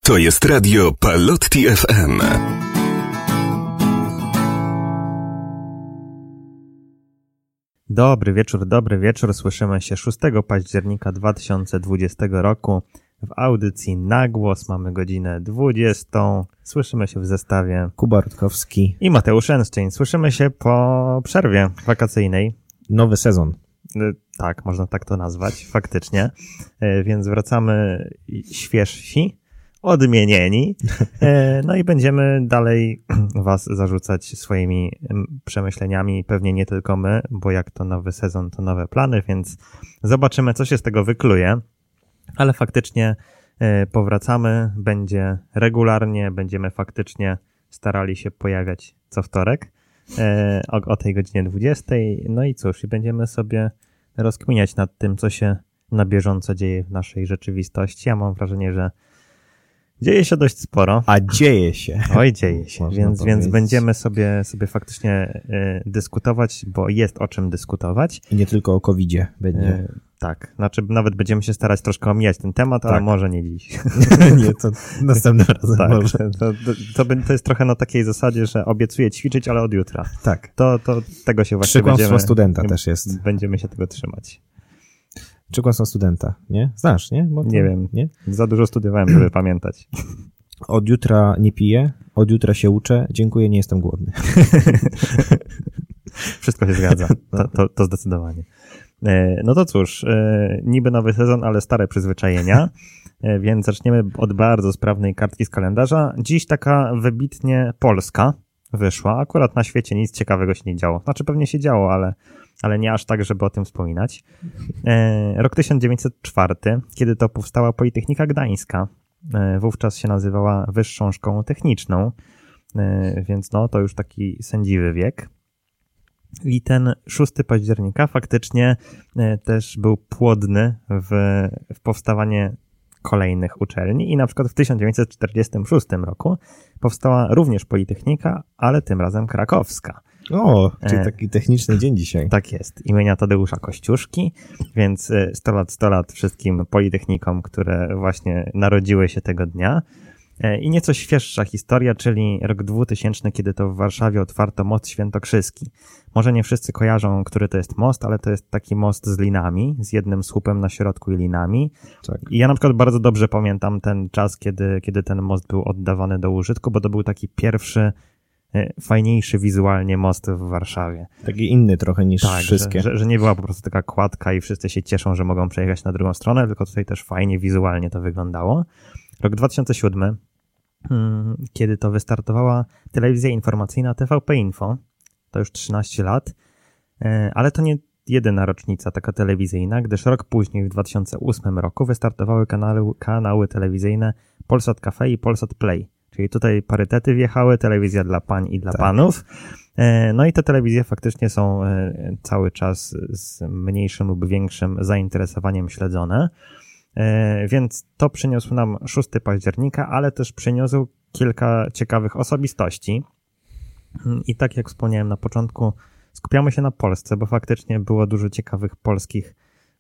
To jest radio Palotti FM. Dobry wieczór. Słyszymy się 6 października 2020 roku. W audycji Na Głos mamy godzinę 20. Słyszymy się w zestawie Kuba Rutkowski i Mateusz Enszczyn. Słyszymy się po przerwie wakacyjnej. Nowy sezon. Tak, można tak to nazwać, faktycznie. Więc wracamy świeżsi, odmienieni. No i będziemy dalej was zarzucać swoimi przemyśleniami. Pewnie nie tylko my, bo jak to nowy sezon, to nowe plany, więc zobaczymy, co się z tego wykluje. Ale faktycznie powracamy, będzie regularnie, będziemy faktycznie starali się pojawiać co wtorek o tej godzinie 20. No i cóż, i będziemy sobie rozkminiać nad tym, co się na bieżąco dzieje w naszej rzeczywistości. Ja mam wrażenie, że dzieje się dość sporo. A dzieje się. Oj, dzieje się, więc będziemy sobie faktycznie dyskutować, bo jest o czym dyskutować. I nie tylko o COVID-dzie będzie. Tak, znaczy nawet będziemy się starać troszkę omijać ten temat, tak. Ale może nie dziś. Nie, to następnym razem tak, może. To jest trochę na takiej zasadzie, że obiecuję ćwiczyć, ale od jutra. Tak. To tego się właśnie Przekłamstwo studenta też jest. Będziemy się tego trzymać. Przekłamstwo studenta, nie? Znasz, nie? Nie wiem. Nie? Za dużo studiowałem, żeby pamiętać. Od jutra nie piję, od jutra się uczę, dziękuję, nie jestem głodny. Wszystko się zgadza, to zdecydowanie. No to cóż, niby nowy sezon, ale stare przyzwyczajenia, więc zaczniemy od bardzo sprawnej kartki z kalendarza. Dziś taka wybitnie polska wyszła, akurat na świecie nic ciekawego się nie działo. Znaczy pewnie się działo, ale nie aż tak, żeby o tym wspominać. Rok 1904, kiedy to powstała Politechnika Gdańska, wówczas się nazywała Wyższą Szkołą Techniczną, więc no to już taki sędziwy wiek. I ten 6 października faktycznie też był płodny w powstawanie kolejnych uczelni i na przykład w 1946 roku powstała również Politechnika, ale tym razem krakowska. O, czyli taki techniczny dzień dzisiaj. Tak jest, imienia Tadeusza Kościuszki, więc 100 lat wszystkim politechnikom, które właśnie narodziły się tego dnia. I nieco świeższa historia, czyli rok 2000, kiedy to w Warszawie otwarto most świętokrzyski. Może nie wszyscy kojarzą, który to jest most, ale to jest taki most z linami, z jednym słupem na środku i linami. Tak. I ja na przykład bardzo dobrze pamiętam ten czas, kiedy ten most był oddawany do użytku, bo to był taki pierwszy, fajniejszy wizualnie most w Warszawie. Taki inny trochę niż wszystkie. Że nie była po prostu taka kładka i wszyscy się cieszą, że mogą przejechać na drugą stronę, tylko tutaj też fajnie wizualnie to wyglądało. Rok 2007, kiedy to wystartowała telewizja informacyjna TVP Info, to już 13 lat, ale to nie jedyna rocznica taka telewizyjna, gdyż rok później, w 2008 roku, wystartowały kanały telewizyjne Polsat Cafe i Polsat Play, czyli tutaj parytety wjechały, telewizja dla pań i dla panów. No i te telewizje faktycznie są cały czas z mniejszym lub większym zainteresowaniem śledzone. Więc to przyniósł nam 6 października, ale też przyniósł kilka ciekawych osobistości. I tak jak wspomniałem na początku, skupiamy się na Polsce, bo faktycznie było dużo ciekawych polskich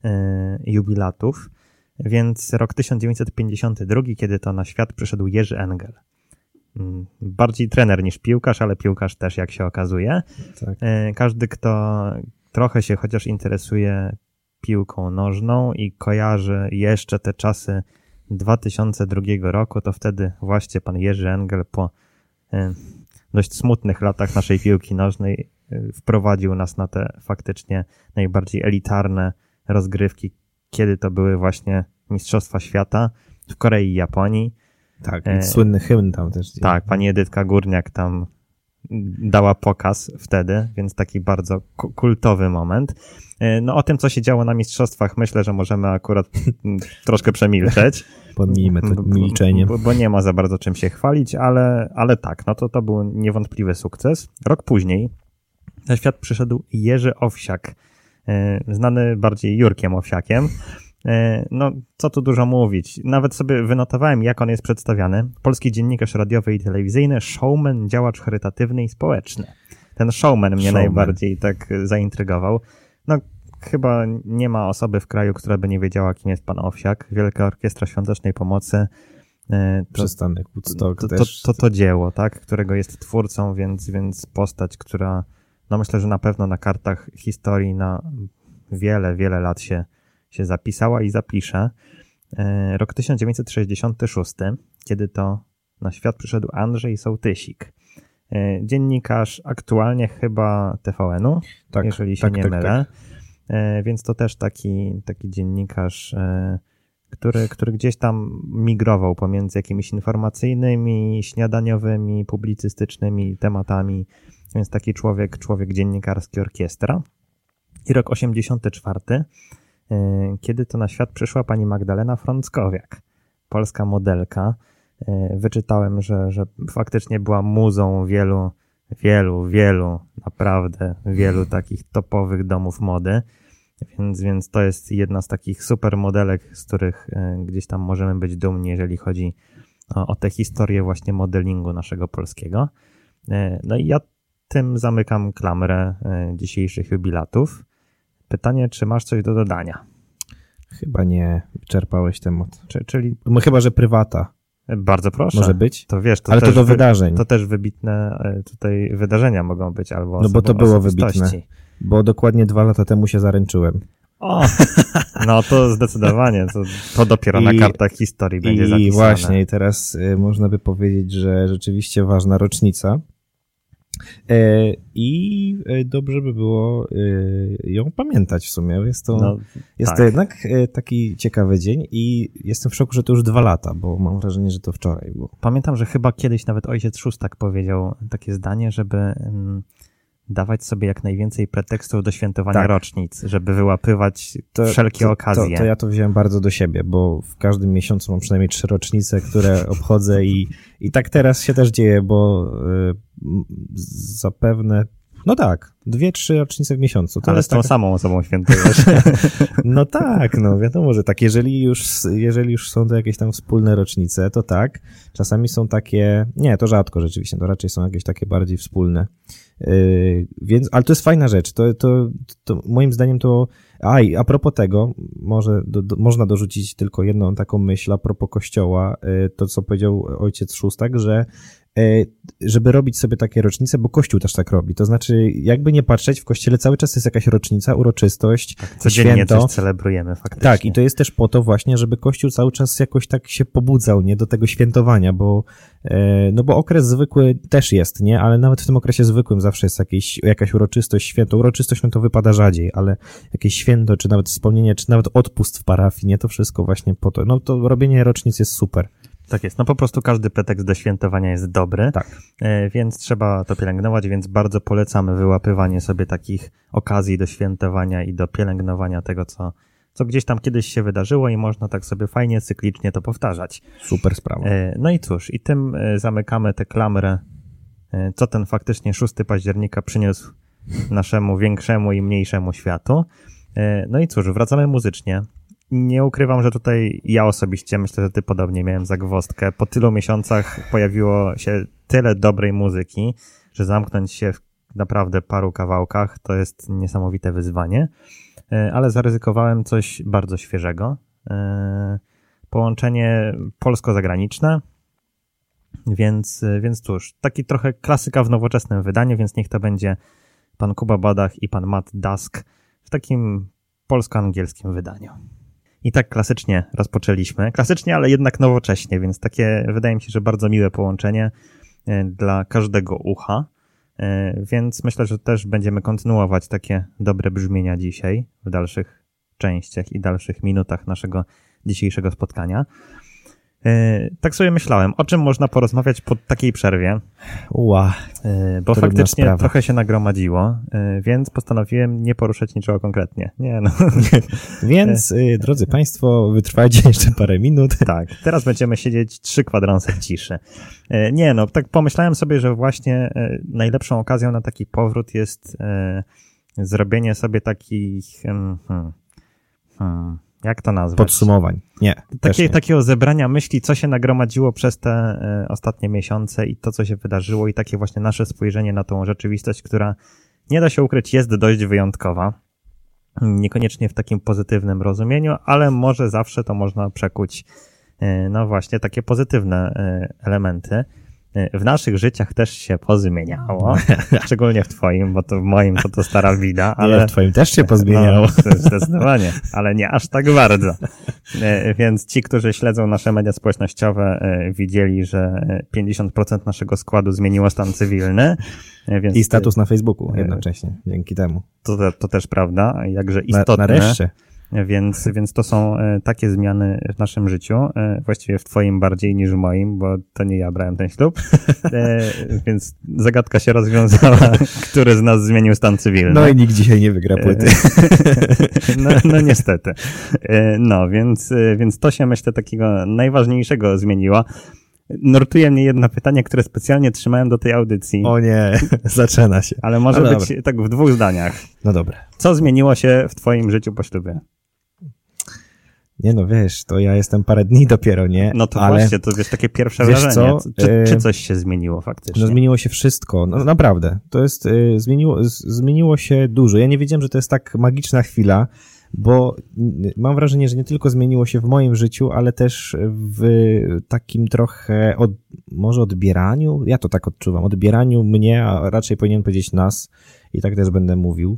jubilatów. Więc rok 1952, kiedy to na świat przyszedł Jerzy Engel. Bardziej trener niż piłkarz, ale piłkarz też, jak się okazuje. Tak. Każdy, kto trochę się chociaż interesuje piłką nożną i kojarzy jeszcze te czasy 2002 roku, to wtedy właśnie pan Jerzy Engel po dość smutnych latach naszej piłki nożnej wprowadził nas na te faktycznie najbardziej elitarne rozgrywki, kiedy to były właśnie Mistrzostwa Świata w Korei i Japonii. Tak, słynny hymn tam też. Tak, pani Edytka Górniak tam dała pokaz wtedy, więc taki bardzo kultowy moment. No o tym, co się działo na mistrzostwach, myślę, że możemy akurat troszkę przemilczeć. Pomijmy to milczeniem. Bo nie ma za bardzo czym się chwalić, ale tak, no to był niewątpliwy sukces. Rok później na świat przyszedł Jerzy Owsiak, znany bardziej Jurkiem Owsiakiem. No, co tu dużo mówić. Nawet sobie wynotowałem, jak on jest przedstawiany. Polski dziennikarz radiowy i telewizyjny, showman, działacz charytatywny i społeczny. Ten showman mnie najbardziej tak zaintrygował. No, chyba nie ma osoby w kraju, która by nie wiedziała, kim jest pan Owsiak. Wielka Orkiestra Świątecznej Pomocy, Przystanek Woodstock to dzieło, tak, którego jest twórcą, więc postać, która no myślę, że na pewno na kartach historii na wiele, wiele lat się zapisała i zapisze. Rok 1966, kiedy to na świat przyszedł Andrzej Sołtysik. Dziennikarz aktualnie chyba TVN-u, jeżeli się nie mylę. Więc to też taki dziennikarz, który gdzieś tam migrował pomiędzy jakimiś informacyjnymi, śniadaniowymi, publicystycznymi tematami. Więc taki człowiek dziennikarski, orkiestra. I rok 84, kiedy to na świat przyszła pani Magdalena Frąckowiak, polska modelka. Wyczytałem, że faktycznie była muzą wielu, naprawdę wielu takich topowych domów mody, więc to jest jedna z takich super modelek, z których gdzieś tam możemy być dumni, jeżeli chodzi o tę historię właśnie modelingu naszego polskiego. No i ja tym zamykam klamrę dzisiejszych jubilatów. Pytanie, czy masz coś do dodania? Chyba nie, wyczerpałeś temat. Czyli... Chyba, że prywata. Bardzo proszę. Może być? To wiesz, ale to do wydarzeń. To też wybitne tutaj wydarzenia mogą być, albo no bo to było wybitne, bo dokładnie 2 lata temu się zaręczyłem. O, no to zdecydowanie, to dopiero na kartach historii będzie zapisane. I właśnie, i teraz można by powiedzieć, że rzeczywiście ważna rocznica. I dobrze by było ją pamiętać w sumie. Jest to jednak taki ciekawy dzień i jestem w szoku, że to już 2 lata, bo mam wrażenie, że to wczoraj było. Pamiętam, że chyba kiedyś nawet ojciec Szóstak powiedział takie zdanie, żeby dawać sobie jak najwięcej pretekstów do świętowania rocznic, żeby wyłapywać wszelkie okazje. To ja to wziąłem bardzo do siebie, bo w każdym miesiącu mam przynajmniej 3 rocznice, które obchodzę i tak teraz się też dzieje, bo zapewne, 2-3 rocznice w miesiącu. To ale z tą samą osobą świętujesz. No tak, wiadomo, że tak. Jeżeli już są to jakieś tam wspólne rocznice, to tak. Czasami są takie, nie, to rzadko rzeczywiście, to raczej są jakieś takie bardziej wspólne. Więc, ale to jest fajna rzecz. To moim zdaniem to... I a propos tego, można dorzucić tylko jedną taką myśl a propos Kościoła, to co powiedział ojciec Szóstak, że żeby robić sobie takie rocznice, bo Kościół też tak robi. To znaczy, jakby nie patrzeć, w Kościele cały czas jest jakaś rocznica, uroczystość, codziennie święto. Coś celebrujemy faktycznie. Tak, i to jest też po to właśnie, żeby Kościół cały czas jakoś tak się pobudzał, nie, do tego świętowania, bo okres zwykły też jest, nie, ale nawet w tym okresie zwykłym zawsze jest jakaś uroczystość, święto. Uroczystość to wypada rzadziej, ale jakieś święto, czy nawet wspomnienie, czy nawet odpust w parafii, nie, to wszystko właśnie po to. To robienie rocznic jest super. Tak jest, po prostu każdy pretekst do świętowania jest dobry, tak. Więc trzeba to pielęgnować, więc bardzo polecamy wyłapywanie sobie takich okazji do świętowania i do pielęgnowania tego, co gdzieś tam kiedyś się wydarzyło i można tak sobie fajnie, cyklicznie to powtarzać. Super sprawa. No i cóż, i tym zamykamy tę klamrę, co ten faktycznie 6 października przyniósł naszemu większemu i mniejszemu światu. No i cóż, wracamy muzycznie. Nie ukrywam, że tutaj ja osobiście, myślę, że ty podobnie miałem zagwozdkę. Po tylu miesiącach pojawiło się tyle dobrej muzyki, że zamknąć się w naprawdę paru kawałkach to jest niesamowite wyzwanie. Ale zaryzykowałem coś bardzo świeżego. Połączenie polsko-zagraniczne, więc cóż, taki trochę klasyka w nowoczesnym wydaniu, więc niech to będzie pan Kuba Badach i pan Matt Dusk w takim polsko-angielskim wydaniu. I tak klasycznie rozpoczęliśmy. Klasycznie, ale jednak nowocześnie, więc takie wydaje mi się, że bardzo miłe połączenie dla każdego ucha. Więc myślę, że też będziemy kontynuować takie dobre brzmienia dzisiaj w dalszych częściach i dalszych minutach naszego dzisiejszego spotkania. Tak sobie myślałem, o czym można porozmawiać po takiej przerwie, bo faktycznie trochę się nagromadziło, więc postanowiłem nie poruszać niczego konkretnie. Więc, drodzy Państwo, wytrwajcie jeszcze parę minut. Tak, teraz będziemy siedzieć 3 kwadranse ciszy. Tak pomyślałem sobie, że właśnie najlepszą okazją na taki powrót jest zrobienie sobie takich... jak to nazwać? Podsumowań. Nie. Takiego zebrania myśli, co się nagromadziło przez te ostatnie miesiące i to, co się wydarzyło i takie właśnie nasze spojrzenie na tą rzeczywistość, która nie da się ukryć, jest dość wyjątkowa. Niekoniecznie w takim pozytywnym rozumieniu, ale może zawsze to można przekuć No właśnie, takie pozytywne elementy. W naszych życiach też się pozmieniało, szczególnie w twoim, bo to w moim to stara bida, ale... Nie, w twoim też się pozmieniało. No, zdecydowanie, ale nie aż tak bardzo. Więc ci, którzy śledzą nasze media społecznościowe, widzieli, że 50% naszego składu zmieniło stan cywilny. Więc i status na Facebooku jednocześnie, dzięki temu. To też prawda, jakże istotne. Nareszcie. Więc to są takie zmiany w naszym życiu, właściwie w twoim bardziej niż w moim, bo to nie ja brałem ten ślub, więc zagadka się rozwiązała, który z nas zmienił stan cywilny. No i nikt dzisiaj nie wygra płyty. No niestety. No, więc to się, myślę, takiego najważniejszego zmieniło. Nurtuje mnie jedno pytanie, które specjalnie trzymałem do tej audycji. O nie, zaczyna się. Ale może być tak w 2 zdaniach. No dobra. Co zmieniło się w twoim życiu po ślubie? Nie no, wiesz, to ja jestem parę dni dopiero, nie? No to ale właśnie, to wiesz, takie pierwsze wiesz wrażenie. co? Czy coś się zmieniło faktycznie? No zmieniło się wszystko, no naprawdę. To jest, zmieniło się dużo. Ja nie wiedziałem, że to jest tak magiczna chwila, bo mam wrażenie, że nie tylko zmieniło się w moim życiu, ale też w takim trochę może odbieraniu, ja to tak odczuwam, odbieraniu mnie, a raczej powinien powiedzieć nas, i tak też będę mówił,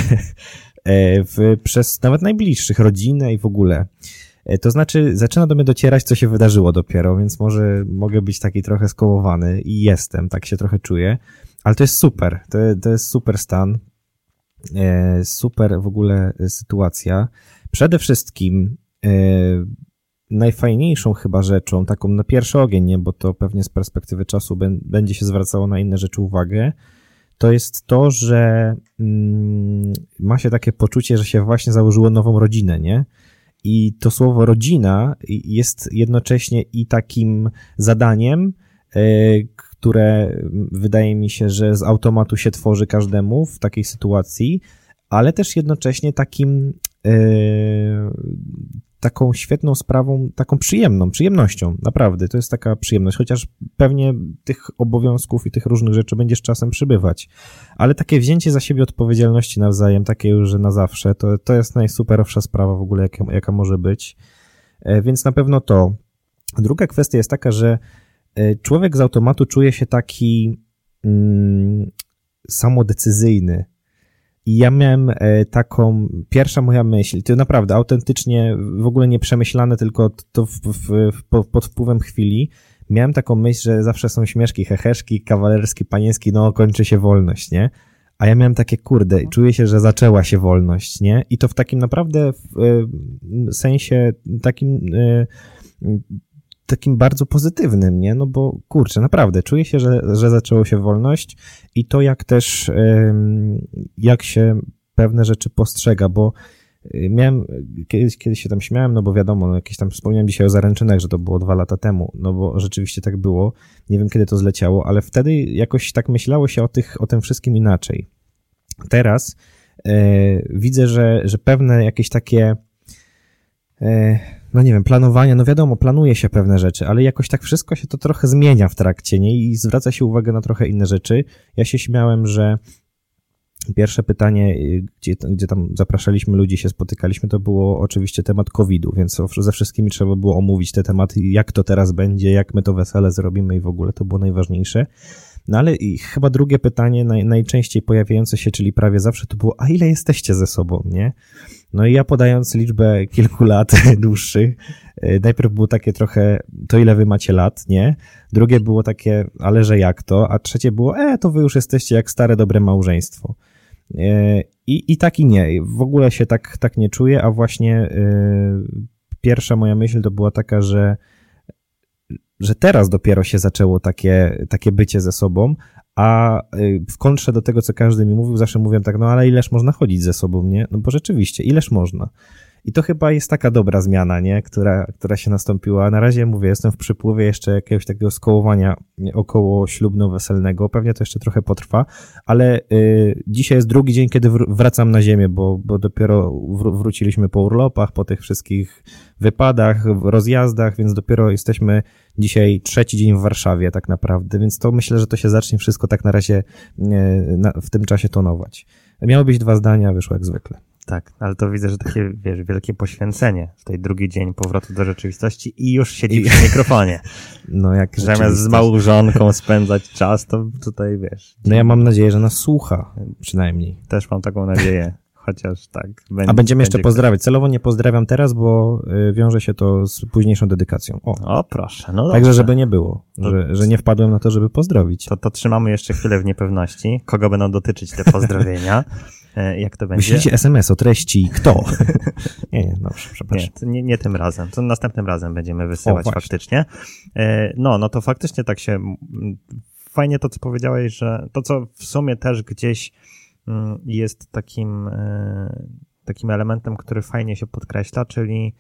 przez nawet najbliższych, rodzinę i w ogóle. To znaczy, zaczyna do mnie docierać, co się wydarzyło dopiero, więc może mogę być taki trochę skołowany i jestem, tak się trochę czuję, ale to jest super, to jest super stan, super w ogóle sytuacja. Przede wszystkim najfajniejszą chyba rzeczą, taką na pierwszy ogień, nie, bo to pewnie z perspektywy czasu będzie się zwracało na inne rzeczy uwagę, to jest to, że ma się takie poczucie, że się właśnie założyło nową rodzinę, nie? I to słowo rodzina jest jednocześnie i takim zadaniem, które wydaje mi się, że z automatu się tworzy każdemu w takiej sytuacji, ale też jednocześnie taką świetną sprawą, taką przyjemnością, naprawdę, to jest taka przyjemność, chociaż pewnie tych obowiązków i tych różnych rzeczy będzie z czasem przybywać, ale takie wzięcie za siebie odpowiedzialności nawzajem, takie już, że na zawsze, to jest najsuperowsza sprawa w ogóle, jaka może być, więc na pewno to. Druga kwestia jest taka, że człowiek z automatu czuje się taki samodecyzyjny. I ja miałem pierwsza moja myśl, to naprawdę autentycznie w ogóle nie przemyślane, tylko to pod wpływem chwili, miałem taką myśl, że zawsze są śmieszki, heheszki, kawalerski, panieński, no kończy się wolność, nie? A ja miałem takie, kurde, czuję się, że zaczęła się wolność, nie? I to w takim naprawdę sensie takim bardzo pozytywnym, nie? No bo kurczę, naprawdę, czuję się, że zaczęło się wolność i to jak też, jak się pewne rzeczy postrzega, bo miałem, kiedyś się tam śmiałem, no bo wiadomo, no jakieś tam wspomniałem dzisiaj o zaręczynach, że to było 2 lata temu, no bo rzeczywiście tak było, nie wiem kiedy to zleciało, ale wtedy jakoś tak myślało się o tym wszystkim inaczej. Teraz widzę, że pewne jakieś takie no nie wiem, planowania, no wiadomo, planuje się pewne rzeczy, ale jakoś tak wszystko się to trochę zmienia w trakcie, nie? I zwraca się uwagę na trochę inne rzeczy. Ja się śmiałem, że pierwsze pytanie, gdzie tam zapraszaliśmy ludzi, się spotykaliśmy, to było oczywiście temat COVID-u, więc ze wszystkimi trzeba było omówić te tematy, jak to teraz będzie, jak my to wesele zrobimy i w ogóle to było najważniejsze. No ale i chyba drugie pytanie, najczęściej pojawiające się, czyli prawie zawsze, to było, a ile jesteście ze sobą, nie? No i ja podając liczbę kilku lat dłuższych, najpierw było takie trochę, to ile wy macie lat, nie? Drugie było takie, ale że jak to? A trzecie było, to wy już jesteście jak stare, dobre małżeństwo. I tak i nie. W ogóle się tak nie czuję, a właśnie pierwsza moja myśl to była taka, że teraz dopiero się zaczęło takie bycie ze sobą, a w kontrze do tego, co każdy mi mówił, zawsze mówiłem tak, no ale ileż można chodzić ze sobą, nie? No bo rzeczywiście, ileż można. I to chyba jest taka dobra zmiana, nie? Która się nastąpiła. Na razie mówię, jestem w przypływie jeszcze jakiegoś takiego skołowania około ślubno-weselnego. Pewnie to jeszcze trochę potrwa, ale dzisiaj jest drugi dzień, kiedy wracam na ziemię, bo dopiero wróciliśmy po urlopach, po tych wszystkich wypadach, rozjazdach, więc dopiero jesteśmy dzisiaj 3. dzień w Warszawie tak naprawdę, więc to myślę, że to się zacznie wszystko tak na razie w tym czasie tonować. Miało być 2 zdania, wyszło jak zwykle. Tak, ale to widzę, że takie, wiesz, wielkie poświęcenie w tej drugi dzień powrotu do rzeczywistości i już siedzi przy mikrofonie. No jak zamiast z małżonką spędzać czas, to tutaj, wiesz. No ja mam nadzieję, że nas słucha, przynajmniej. Też mam taką nadzieję, chociaż tak. A będziemy jeszcze pozdrawiać. Celowo nie pozdrawiam teraz, bo wiąże się to z późniejszą dedykacją. O proszę, no dobrze. Także, żeby nie było, że nie wpadłem na to, żeby pozdrowić. To trzymamy jeszcze chwilę w niepewności, kogo będą dotyczyć te pozdrowienia. Jak to będzie? Wyślijcie SMS o treści kto? Nie, dobrze, przepraszam. Nie tym razem. To następnym razem będziemy wysyłać faktycznie. No to faktycznie tak się... Fajnie to, co powiedziałeś, że to, co w sumie też gdzieś jest takim elementem, który fajnie się podkreśla, czyli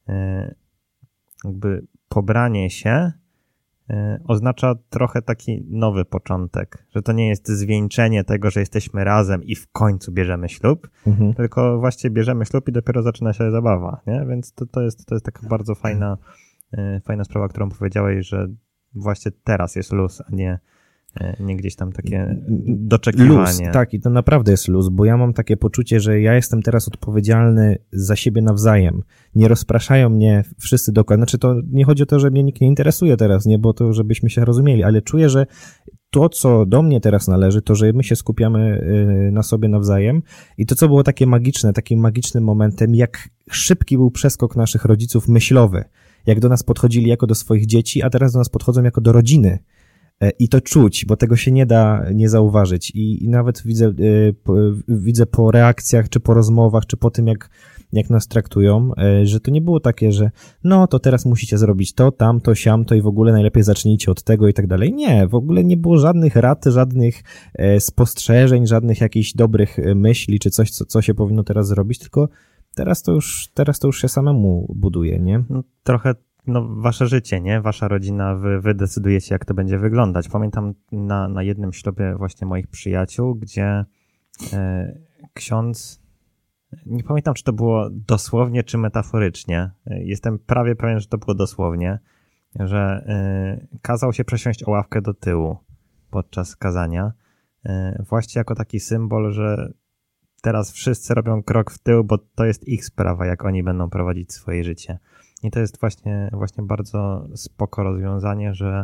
jakby pobranie się oznacza trochę taki nowy początek, że to nie jest zwieńczenie tego, że jesteśmy razem i w końcu bierzemy ślub, tylko właśnie bierzemy ślub i dopiero zaczyna się zabawa, nie? Więc to jest taka bardzo fajna sprawa, którą powiedziałeś, że właśnie teraz jest luz, a nie gdzieś tam takie doczekiwanie. Luz, tak, i to naprawdę jest luz, bo ja mam takie poczucie, że ja jestem teraz odpowiedzialny za siebie nawzajem. Nie rozpraszają mnie wszyscy dookoła. Znaczy to nie chodzi o to, że mnie nikt nie interesuje teraz, nie, bo to żebyśmy się rozumieli, ale czuję, że to, co do mnie teraz należy, to, że my się skupiamy na sobie nawzajem i to, co było takie magiczne, takim magicznym momentem, jak szybki był przeskok naszych rodziców myślowy, jak do nas podchodzili jako do swoich dzieci, a teraz do nas podchodzą jako do rodziny. I to czuć, bo tego się nie da nie zauważyć. I nawet widzę po reakcjach, czy po rozmowach, czy po tym, jak nas traktują, że to nie było takie, że no to teraz musicie zrobić to, tamto, siamto i w ogóle najlepiej zacznijcie od tego i tak dalej. Nie, w ogóle nie było żadnych rad, żadnych spostrzeżeń, żadnych jakichś dobrych myśli, czy coś, co się powinno teraz zrobić, tylko teraz to już się samemu buduje, nie? No, trochę wasze życie, nie? Wasza rodzina, wy decydujecie, jak to będzie wyglądać. Pamiętam na jednym ślubie właśnie moich przyjaciół, gdzie ksiądz, nie pamiętam, czy to było dosłownie, czy metaforycznie. Jestem prawie pewien, że to było dosłownie, że kazał się przesiąść o ławkę do tyłu podczas kazania. Właśnie jako taki symbol, że teraz wszyscy robią krok w tył, bo to jest ich sprawa, jak oni będą prowadzić swoje życie. I to jest właśnie bardzo spoko rozwiązanie, że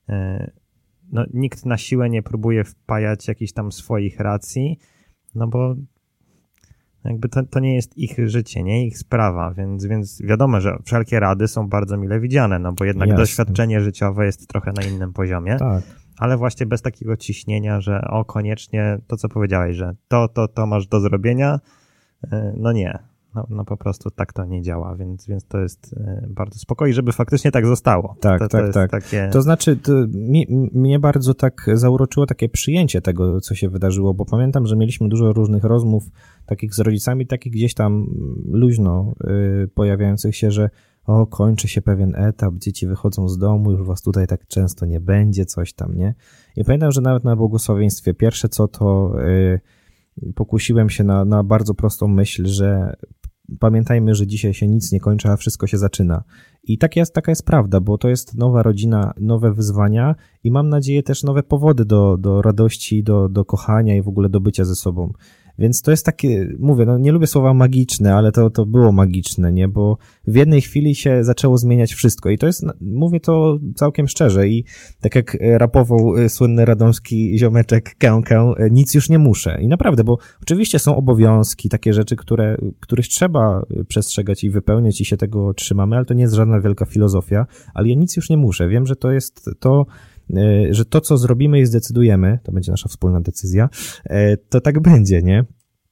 nikt na siłę nie próbuje wpajać jakichś tam swoich racji, no bo jakby to nie jest ich życie, nie ich sprawa, więc wiadomo, że wszelkie rady są bardzo mile widziane, no bo jednak doświadczenie życiowe jest trochę na innym poziomie, tak. Ale właśnie bez takiego ciśnienia, że koniecznie to, co powiedziałeś, że to masz do zrobienia, no nie. No po prostu tak to nie działa, więc to jest bardzo spokojnie, żeby faktycznie tak zostało. Tak. Takie... To znaczy, mnie bardzo tak zauroczyło takie przyjęcie tego, co się wydarzyło, bo pamiętam, że mieliśmy dużo różnych rozmów takich z rodzicami, takich gdzieś tam luźno pojawiających się, że kończy się pewien etap, dzieci wychodzą z domu, już was tutaj tak często nie będzie, coś tam, nie? I pamiętam, że nawet na błogosławieństwie pierwsze co to pokusiłem się na bardzo prostą myśl, że pamiętajmy, że dzisiaj się nic nie kończy, a wszystko się zaczyna. I taka jest prawda, bo to jest nowa rodzina, nowe wyzwania i mam nadzieję też nowe powody do radości, do kochania i w ogóle do bycia ze sobą. Więc to jest takie, mówię, nie lubię słowa magiczne, ale to było magiczne, nie? Bo w jednej chwili się zaczęło zmieniać wszystko i to jest, mówię to całkiem szczerze i tak jak rapował słynny radomski ziomeczek Kękę, nic już nie muszę. I naprawdę, bo oczywiście są obowiązki, takie rzeczy, których trzeba przestrzegać i wypełniać i się tego trzymamy, ale to nie jest żadna wielka filozofia, ale ja nic już nie muszę. Wiem, że to jest że to, co zrobimy i zdecydujemy, to będzie nasza wspólna decyzja, to tak będzie, nie?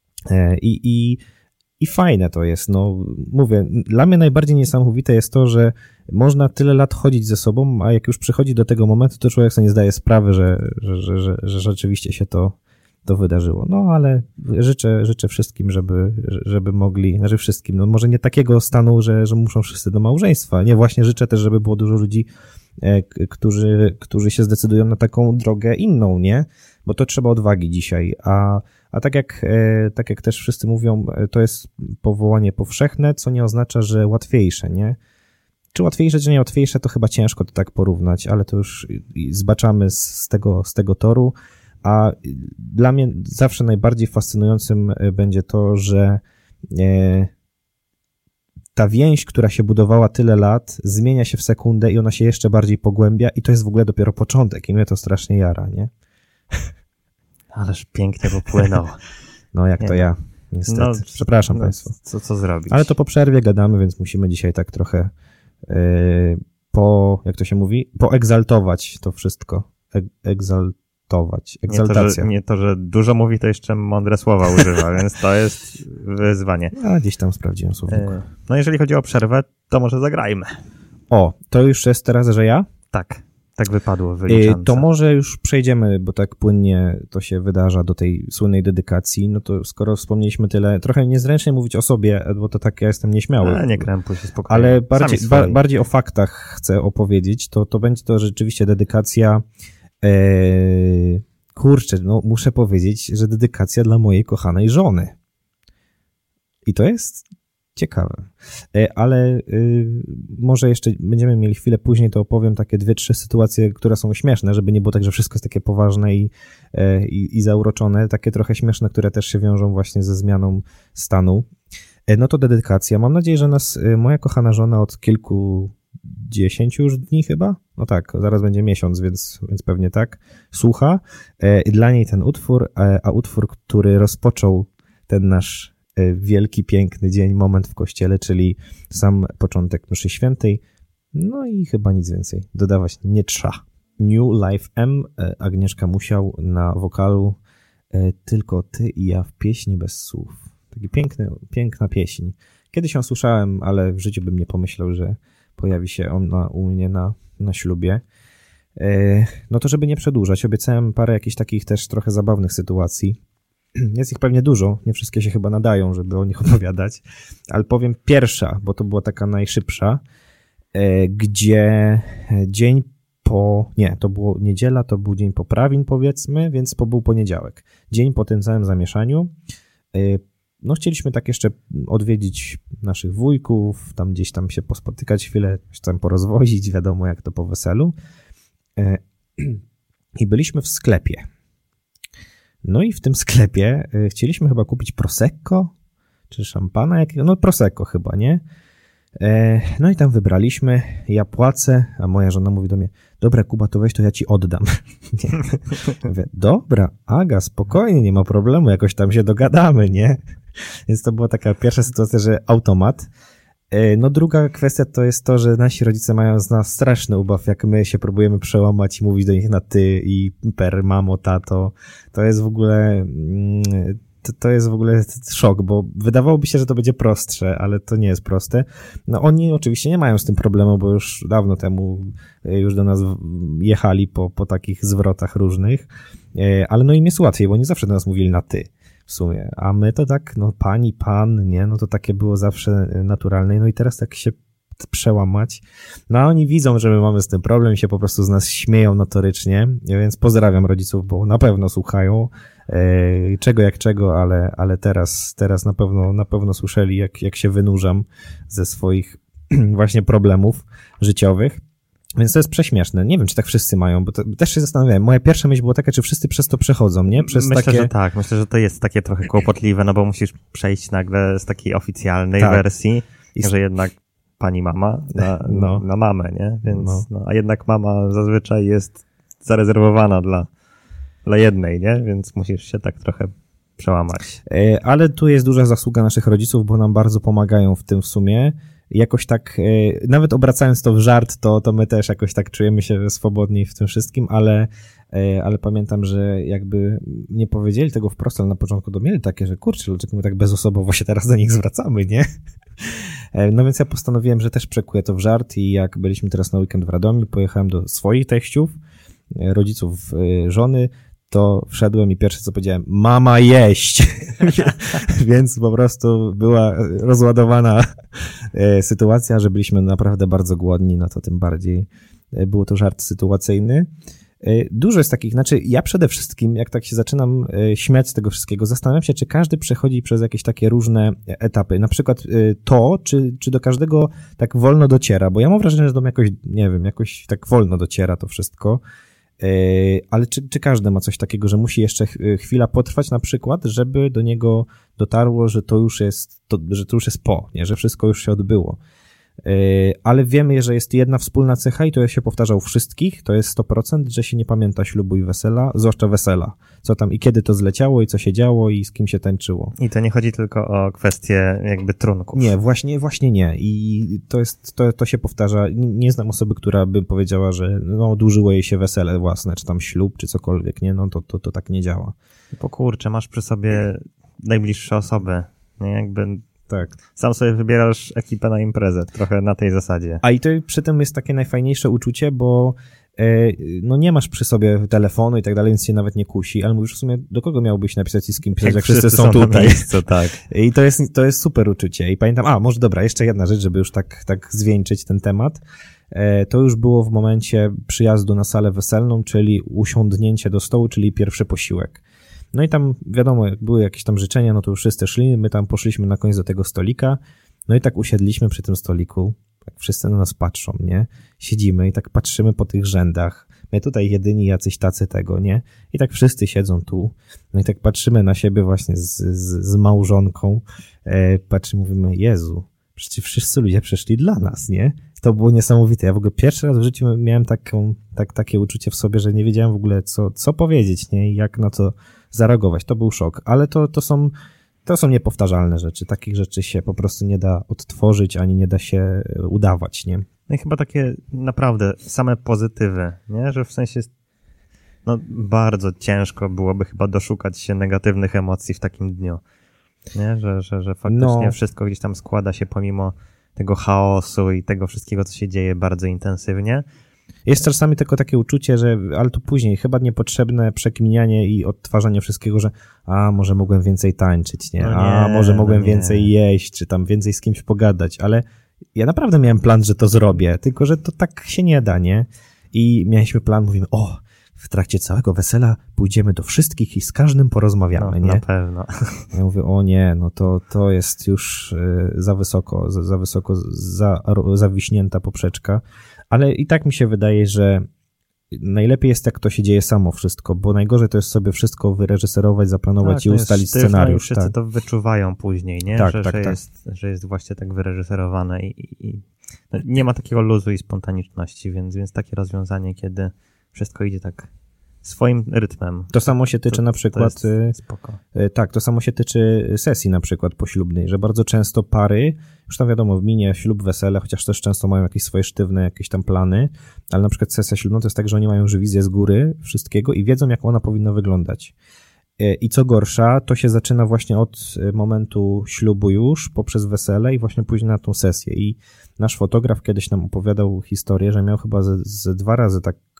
I fajne to jest, mówię, dla mnie najbardziej niesamowite jest to, że można tyle lat chodzić ze sobą, a jak już przychodzi do tego momentu, to człowiek sobie nie zdaje sprawy, że rzeczywiście się to wydarzyło. Ale życzę wszystkim, żeby mogli, znaczy wszystkim, może nie takiego stanu, że muszą wszyscy do małżeństwa. Nie, właśnie życzę też, żeby było dużo ludzi, którzy się zdecydują na taką drogę inną, nie? Bo to trzeba odwagi dzisiaj, a tak jak też wszyscy mówią, to jest powołanie powszechne, co nie oznacza, że łatwiejsze, nie? Czy łatwiejsze, czy nie łatwiejsze, to chyba ciężko to tak porównać, ale to już zbaczamy z tego toru, a dla mnie zawsze najbardziej fascynującym będzie to, że ta więź, która się budowała tyle lat, zmienia się w sekundę i ona się jeszcze bardziej pogłębia i to jest w ogóle dopiero początek i mnie to strasznie jara, nie? Ależ pięknie popłynął. No jak to ja, niestety. Przepraszam Państwa. Co zrobić? Ale to po przerwie gadamy, więc musimy dzisiaj tak trochę jak to się mówi? Poegzaltować to wszystko. Egzaltacja. Nie to, że dużo mówi, to jeszcze mądre słowa używa, więc to jest wyzwanie. A gdzieś tam sprawdziłem słowniku. No jeżeli chodzi o przerwę, to może zagrajmy. O, to już jest teraz, że ja? Tak wypadło w wyliczance. To może już przejdziemy, bo tak płynnie to się wydarza do tej słynnej dedykacji. No to skoro wspomnieliśmy tyle, trochę niezręcznie mówić o sobie, bo to tak ja jestem nieśmiały. Nie krępuj się spokojnie. Ale bardziej o faktach chcę opowiedzieć. To będzie to rzeczywiście dedykacja. Kurczę, no muszę powiedzieć, że dedykacja dla mojej kochanej żony. I to jest ciekawe. Ale może jeszcze będziemy mieli chwilę później, to opowiem takie 2-3 sytuacje, które są śmieszne, żeby nie było tak, że wszystko jest takie poważne i zauroczone. Takie trochę śmieszne, które też się wiążą właśnie ze zmianą stanu. No to dedykacja. Mam nadzieję, że moja kochana żona od kilkudziesięciu już dni chyba, no tak, zaraz będzie miesiąc, więc pewnie tak, słucha. Dla niej ten utwór, a utwór, który rozpoczął ten nasz wielki, piękny dzień, moment w kościele, czyli sam początek mszy świętej, no i chyba nic więcej dodawać nie trzeba. New Life M, Agnieszka Musiał na wokalu, tylko ty i ja w pieśni bez słów. Taki piękna pieśń. Kiedyś ją słyszałem, ale w życiu bym nie pomyślał, że pojawi się ona u mnie na ślubie. No to żeby nie przedłużać, obiecałem parę jakichś takich też trochę zabawnych sytuacji. Jest ich pewnie dużo, nie wszystkie się chyba nadają, żeby o nich opowiadać, ale powiem pierwsza, bo to była taka najszybsza, gdzie to było niedziela, to był dzień poprawin powiedzmy, więc był poniedziałek. Dzień po tym całym zamieszaniu. No chcieliśmy tak jeszcze odwiedzić naszych wujków, tam gdzieś tam się pospotykać chwilę, coś tam porozwozić, wiadomo jak to po weselu. I byliśmy w sklepie. No i w tym sklepie chcieliśmy chyba kupić Prosecco, czy szampana jakiegoś, no Prosecco chyba, nie? No i tam wybraliśmy, ja płacę, a moja żona mówi do mnie, dobra Kuba, to weź, to ja ci oddam. Mówię, dobra, Aga, spokojnie, nie ma problemu, jakoś tam się dogadamy, nie? Więc to była taka pierwsza sytuacja, że automat. No druga kwestia to jest to, że nasi rodzice mają z nas straszny ubaw, jak my się próbujemy przełamać i mówić do nich na ty i per, mamo, tato. To jest w ogóle... To jest w ogóle szok, bo wydawałoby się, że to będzie prostsze, ale to nie jest proste. No oni oczywiście nie mają z tym problemu, bo już dawno temu już do nas jechali po takich zwrotach różnych, ale no im jest łatwiej, bo oni zawsze do nas mówili na ty w sumie, a my to tak, no pani, pan, nie, no to takie było zawsze naturalne, no i teraz tak się przełamać. No a oni widzą, że my mamy z tym problem i się po prostu z nas śmieją notorycznie, więc pozdrawiam rodziców, bo na pewno słuchają, czego jak czego, ale teraz na pewno słyszeli, jak się wynurzam ze swoich właśnie problemów życiowych. Więc to jest prześmieszne. Nie wiem, czy tak wszyscy mają, bo też się zastanawiałem. Moja pierwsza myśl była taka, czy wszyscy przez to przechodzą, nie? Myślę, że tak. Myślę, że to jest takie trochę kłopotliwe, no bo musisz przejść nagle z takiej oficjalnej wersji, że jednak pani mama na mamę, nie? Więc, a jednak mama zazwyczaj jest zarezerwowana dla jednej, nie? Więc musisz się tak trochę przełamać. Ale tu jest duża zasługa naszych rodziców, bo nam bardzo pomagają w tym w sumie. Jakoś tak, nawet obracając to w żart, to my też jakoś tak czujemy się swobodniej w tym wszystkim, ale pamiętam, że jakby nie powiedzieli tego wprost, ale na początku to mieli takie, że kurczę, dlaczego my tak bezosobowo się teraz do nich zwracamy, nie? No więc ja postanowiłem, że też przekuję to w żart i jak byliśmy teraz na weekend w Radomiu, pojechałem do swoich teściów, rodziców żony, to wszedłem i pierwsze co powiedziałem, mama jeść! Więc po prostu była rozładowana sytuacja, że byliśmy naprawdę bardzo głodni, no to tym bardziej był to żart sytuacyjny. Dużo jest takich, znaczy ja przede wszystkim, jak tak się zaczynam śmiać z tego wszystkiego, zastanawiam się, czy każdy przechodzi przez jakieś takie różne etapy. Na przykład to, czy do każdego tak wolno dociera, bo ja mam wrażenie, że do mnie jakoś, nie wiem, jakoś tak wolno dociera to wszystko. Ale czy każdy ma coś takiego, że musi jeszcze chwila potrwać na przykład, żeby do niego dotarło, że to już jest po, nie? Że wszystko już się odbyło. Ale wiemy, że jest jedna wspólna cecha i to się powtarza u wszystkich, to jest 100%, że się nie pamięta ślubu i wesela, zwłaszcza wesela. Co tam i kiedy to zleciało i co się działo i z kim się tańczyło. I to nie chodzi tylko o kwestię jakby trunków. Nie, właśnie nie. I to się powtarza. Nie znam osoby, która by powiedziała, że no dłużyło jej się wesele własne, czy tam ślub, czy cokolwiek, nie? No to tak nie działa. Bo kurczę, masz przy sobie najbliższe osoby, nie? Jakby tak. Sam sobie wybierasz ekipę na imprezę, trochę na tej zasadzie. A i to przy tym jest takie najfajniejsze uczucie, bo no nie masz przy sobie telefonu i tak dalej, więc się nawet nie kusi, ale mówisz w sumie, do kogo miałbyś napisać i z kim pisać, jak wszyscy są tutaj. Miejscu, tak. I to jest super uczucie. I pamiętam, może dobra, jeszcze jedna rzecz, żeby już tak zwieńczyć ten temat. To już było w momencie przyjazdu na salę weselną, czyli usiądnięcie do stołu, czyli pierwszy posiłek. No i tam wiadomo, jak były jakieś tam życzenia, no to już wszyscy szli, my tam poszliśmy na koniec do tego stolika, no i tak usiedliśmy przy tym stoliku, tak wszyscy na nas patrzą, nie? Siedzimy i tak patrzymy po tych rzędach, my tutaj jedyni jacyś tacy tego, nie? I tak wszyscy siedzą tu, no i tak patrzymy na siebie właśnie z małżonką, patrzymy, mówimy, Jezu, przecież wszyscy ludzie przeszli dla nas, nie? To było niesamowite. Ja w ogóle pierwszy raz w życiu miałem takie uczucie w sobie, że nie wiedziałem w ogóle co powiedzieć, nie? I jak na to zareagować. To był szok. Ale to są niepowtarzalne rzeczy. Takich rzeczy się po prostu nie da odtworzyć, ani nie da się udawać, nie? No i chyba takie naprawdę same pozytywy, nie? Że w sensie no bardzo ciężko byłoby chyba doszukać się negatywnych emocji w takim dniu. Nie? Że faktycznie wszystko gdzieś tam składa się pomimo tego chaosu i tego wszystkiego, co się dzieje bardzo intensywnie. Jest czasami tylko takie uczucie, ale to później, chyba niepotrzebne przekminianie i odtwarzanie wszystkiego, że może mogłem więcej tańczyć, nie? Może mogłem więcej jeść, czy tam więcej z kimś pogadać, ale ja naprawdę miałem plan, że to zrobię, tylko że to tak się nie da, nie? I mieliśmy plan, mówimy, w trakcie całego wesela pójdziemy do wszystkich i z każdym porozmawiamy, nie? Na pewno. Ja mówię, nie, no to jest już za wysoko, zawiśnięta poprzeczka, ale i tak mi się wydaje, że najlepiej jest, jak to się dzieje samo wszystko, bo najgorzej to jest sobie wszystko wyreżyserować, zaplanować i ustalić scenariusz. Wszyscy to wyczuwają później, nie? Tak, że jest właśnie tak wyreżyserowane i no, nie ma takiego luzu i spontaniczności, więc takie rozwiązanie, kiedy wszystko idzie tak swoim rytmem. To samo się tyczy na przykład... spoko. Tak, to samo się tyczy sesji na przykład poślubnej, że bardzo często pary, już tam wiadomo, w minie ślub, wesele, chociaż też często mają jakieś swoje sztywne jakieś tam plany, ale na przykład sesja ślubna to jest tak, że oni mają już wizję z góry wszystkiego i wiedzą, jak ona powinna wyglądać. I co gorsza, to się zaczyna właśnie od momentu ślubu już, poprzez wesele i właśnie później na tą sesję. I nasz fotograf kiedyś nam opowiadał historię, że miał chyba ze 2 razy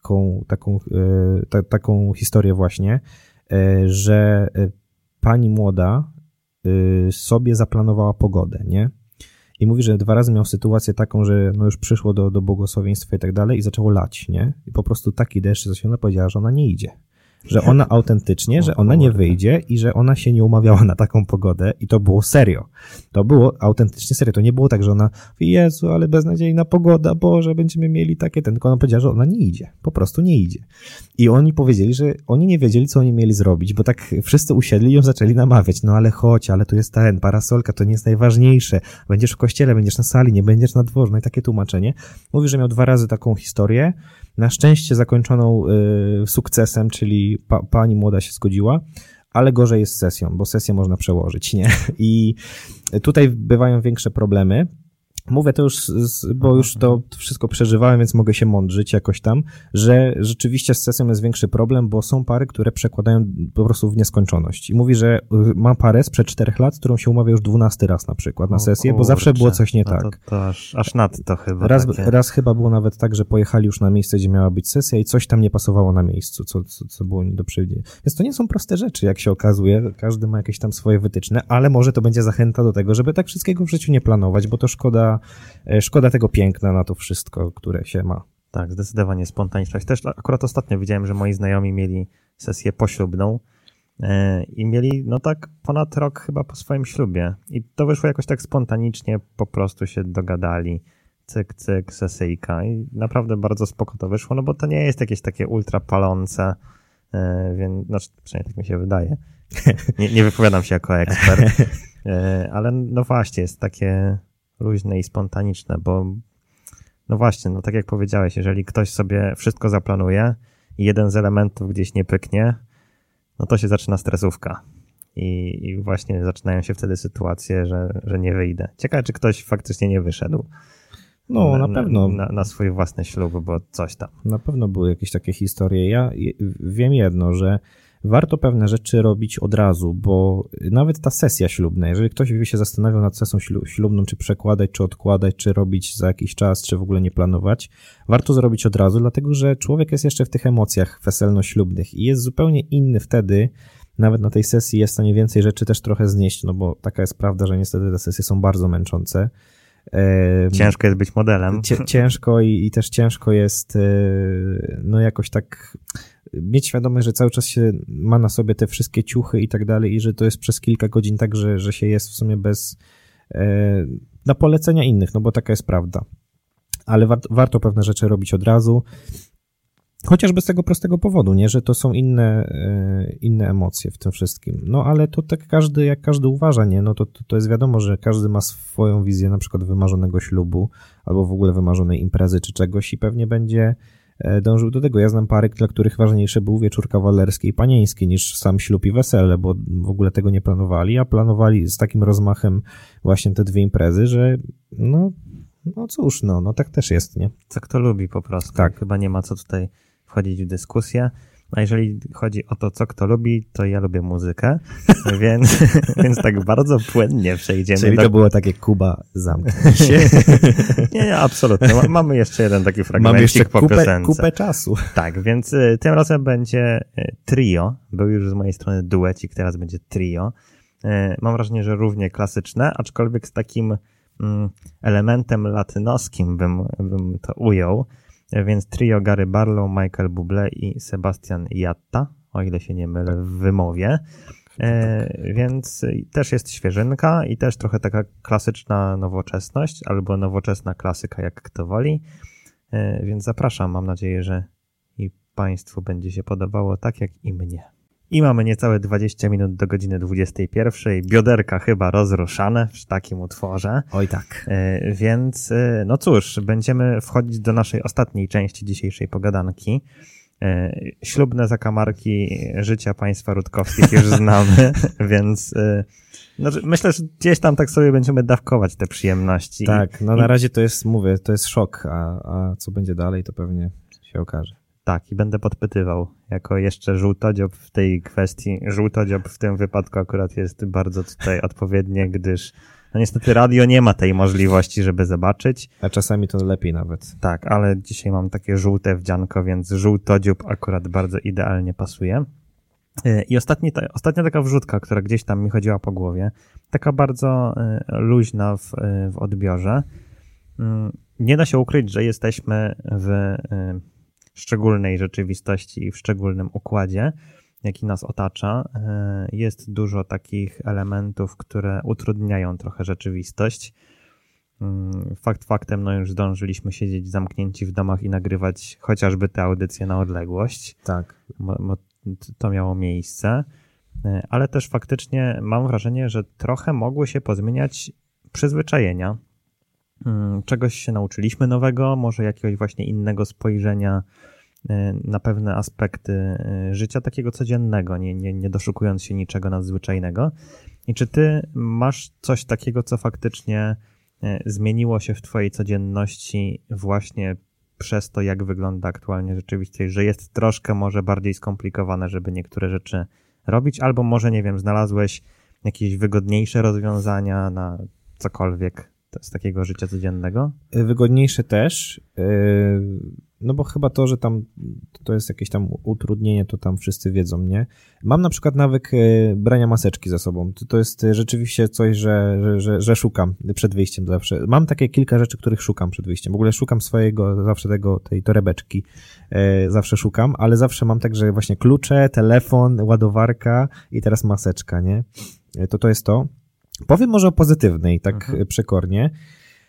taką historię właśnie, że pani młoda sobie zaplanowała pogodę, nie? I mówi, że 2 razy miał sytuację taką, że no już przyszło do błogosławieństwa i tak dalej i zaczęło lać, nie? I po prostu taki deszcz, że ona powiedziała, że ona nie idzie. Że ona autentycznie, że ona nie wyjdzie i że ona się nie umawiała na taką pogodę i to było serio. To było autentycznie serio. To nie było tak, że ona mówi, Jezu, ale beznadziejna pogoda, Boże, będziemy mieli takie ten. Tylko ona powiedziała, że ona nie idzie. Po prostu nie idzie. I oni powiedzieli, że oni nie wiedzieli, co oni mieli zrobić, bo tak wszyscy usiedli i ją zaczęli namawiać. No ale chodź, ale tu jest parasolka, to nie jest najważniejsze. Będziesz w kościele, będziesz na sali, nie będziesz na dworze. No i takie tłumaczenie. Mówi, że miał 2 razy taką historię. Na szczęście zakończoną sukcesem, czyli pani młoda się zgodziła, ale gorzej jest z sesją, bo sesję można przełożyć, nie? I tutaj bywają większe problemy. Mówię to już, bo już to wszystko przeżywałem, więc mogę się mądrzyć jakoś tam, że rzeczywiście z sesją jest większy problem, bo są pary, które przekładają po prostu w nieskończoność. I mówi, że ma parę sprzed 4 lat, z którą się umawia już 12 raz na przykład na sesję, bo zawsze było coś nie tak. To aż nadto chyba. Raz chyba było nawet tak, że pojechali już na miejsce, gdzie miała być sesja i coś tam nie pasowało na miejscu, co było nie do przewidzenia. Więc to nie są proste rzeczy, jak się okazuje. Każdy ma jakieś tam swoje wytyczne, ale może to będzie zachęta do tego, żeby tak wszystkiego w życiu nie planować, bo to szkoda tego piękna na to wszystko, które się ma. Tak, zdecydowanie spontaniczność. Też akurat ostatnio widziałem, że moi znajomi mieli sesję poślubną i mieli no tak ponad rok chyba po swoim ślubie. I to wyszło jakoś tak spontanicznie, po prostu się dogadali, cyk, cyk, sesyjka i naprawdę bardzo spoko to wyszło, no bo to nie jest jakieś takie ultra palące, więc, znaczy, przynajmniej tak mi się wydaje. Nie wypowiadam się jako ekspert, ale no właśnie, jest takie luźne i spontaniczne, bo no właśnie, no tak jak powiedziałeś, jeżeli ktoś sobie wszystko zaplanuje i jeden z elementów gdzieś nie pyknie, no to się zaczyna stresówka. I właśnie zaczynają się wtedy sytuacje, że nie wyjdę. Ciekawe, czy ktoś faktycznie nie wyszedł. No, na pewno. Na swój własny ślub, bo coś tam. Na pewno były jakieś takie historie. Ja wiem jedno, że warto pewne rzeczy robić od razu, bo nawet ta sesja ślubna, jeżeli ktoś by się zastanawiał nad sesją ślubną, czy przekładać, czy odkładać, czy robić za jakiś czas, czy w ogóle nie planować, warto zrobić od razu, dlatego że człowiek jest jeszcze w tych emocjach weselno-ślubnych i jest zupełnie inny wtedy. Nawet na tej sesji jest w stanie więcej rzeczy też trochę znieść, no bo taka jest prawda, że niestety te sesje są bardzo męczące. Ciężko jest być modelem. Ciężko i też ciężko jest no jakoś tak mieć świadomość, że cały czas się ma na sobie te wszystkie ciuchy i tak dalej i że to jest przez kilka godzin tak, że się jest w sumie bez na polecenia innych, no bo taka jest prawda. Ale warto pewne rzeczy robić od razu. Chociażby z tego prostego powodu, nie, że to są inne emocje w tym wszystkim. No ale to tak jak każdy uważa, nie, no to jest wiadomo, że każdy ma swoją wizję na przykład wymarzonego ślubu albo w ogóle wymarzonej imprezy czy czegoś i pewnie będzie dążył do tego. Ja znam pary, dla których ważniejsze był wieczór kawalerski i panieński niż sam ślub i wesele, bo w ogóle tego nie planowali, a planowali z takim rozmachem właśnie te dwie imprezy, że no cóż, no tak też jest, nie? Co kto lubi po prostu. Tak. Chyba nie ma co tutaj wchodzić w dyskusję. A jeżeli chodzi o to, co kto lubi, to ja lubię muzykę, więc tak bardzo płynnie przejdziemy. Czyli to było takie Kuba, zamknij się. Nie, absolutnie. Mamy jeszcze jeden taki fragmencik. Mam jeszcze po piosence. kupę czasu. Tak, więc tym razem będzie trio. Był już z mojej strony duecik, teraz będzie trio. Mam wrażenie, że równie klasyczne, aczkolwiek z takim elementem latynoskim bym to ujął. Więc trio Gary Barlow, Michael Bublé i Sebastian Yatta, o ile się nie mylę w wymowie. Więc też jest świeżynka i też trochę taka klasyczna nowoczesność albo nowoczesna klasyka, jak kto woli. Więc zapraszam, mam nadzieję, że i Państwu będzie się podobało tak jak i mnie. I mamy niecałe 20 minut do godziny 21. Bioderka chyba rozruszane przy takim utworze. Oj tak. Więc no cóż, będziemy wchodzić do naszej ostatniej części dzisiejszej pogadanki. Ślubne zakamarki życia państwa Rutkowskich już znamy, więc no, myślę, że gdzieś tam tak sobie będziemy dawkować te przyjemności. Tak, no na razie to jest, mówię, to jest szok, a co będzie dalej, to pewnie się okaże. Tak, i będę podpytywał, jako jeszcze żółtodziób w tej kwestii. Żółtodziób w tym wypadku akurat jest bardzo tutaj odpowiednie, gdyż no niestety radio nie ma tej możliwości, żeby zobaczyć. A czasami to lepiej nawet. Tak, ale dzisiaj mam takie żółte wdzianko, więc żółtodziób akurat bardzo idealnie pasuje. I ostatnia taka wrzutka, która gdzieś tam mi chodziła po głowie, taka bardzo luźna w odbiorze. Nie da się ukryć, że jesteśmy w szczególnej rzeczywistości i w szczególnym układzie, jaki nas otacza. Jest dużo takich elementów, które utrudniają trochę rzeczywistość. Fakt faktem, no już zdążyliśmy siedzieć zamknięci w domach i nagrywać chociażby te audycje na odległość. Tak. Bo to miało miejsce. Ale też faktycznie mam wrażenie, że trochę mogły się pozmieniać przyzwyczajenia. Czegoś się nauczyliśmy nowego, może jakiegoś właśnie innego spojrzenia na pewne aspekty życia takiego codziennego, nie doszukując się niczego nadzwyczajnego. I czy ty masz coś takiego, co faktycznie zmieniło się w twojej codzienności właśnie przez to, jak wygląda aktualnie rzeczywistość, że jest troszkę może bardziej skomplikowane, żeby niektóre rzeczy robić, albo może, nie wiem, znalazłeś jakieś wygodniejsze rozwiązania na cokolwiek z takiego życia codziennego? Wygodniejsze też, no bo chyba to, że tam to jest jakieś tam utrudnienie, to tam wszyscy wiedzą, nie? Mam na przykład nawyk brania maseczki ze sobą. To jest rzeczywiście coś, że szukam przed wyjściem zawsze. Mam takie kilka rzeczy, których szukam przed wyjściem. W ogóle szukam swojego, zawsze tej torebeczki. Zawsze szukam, ale zawsze mam tak, że właśnie klucze, telefon, ładowarka i teraz maseczka, nie? To jest to. Powiem może o pozytywnej, tak przekornie.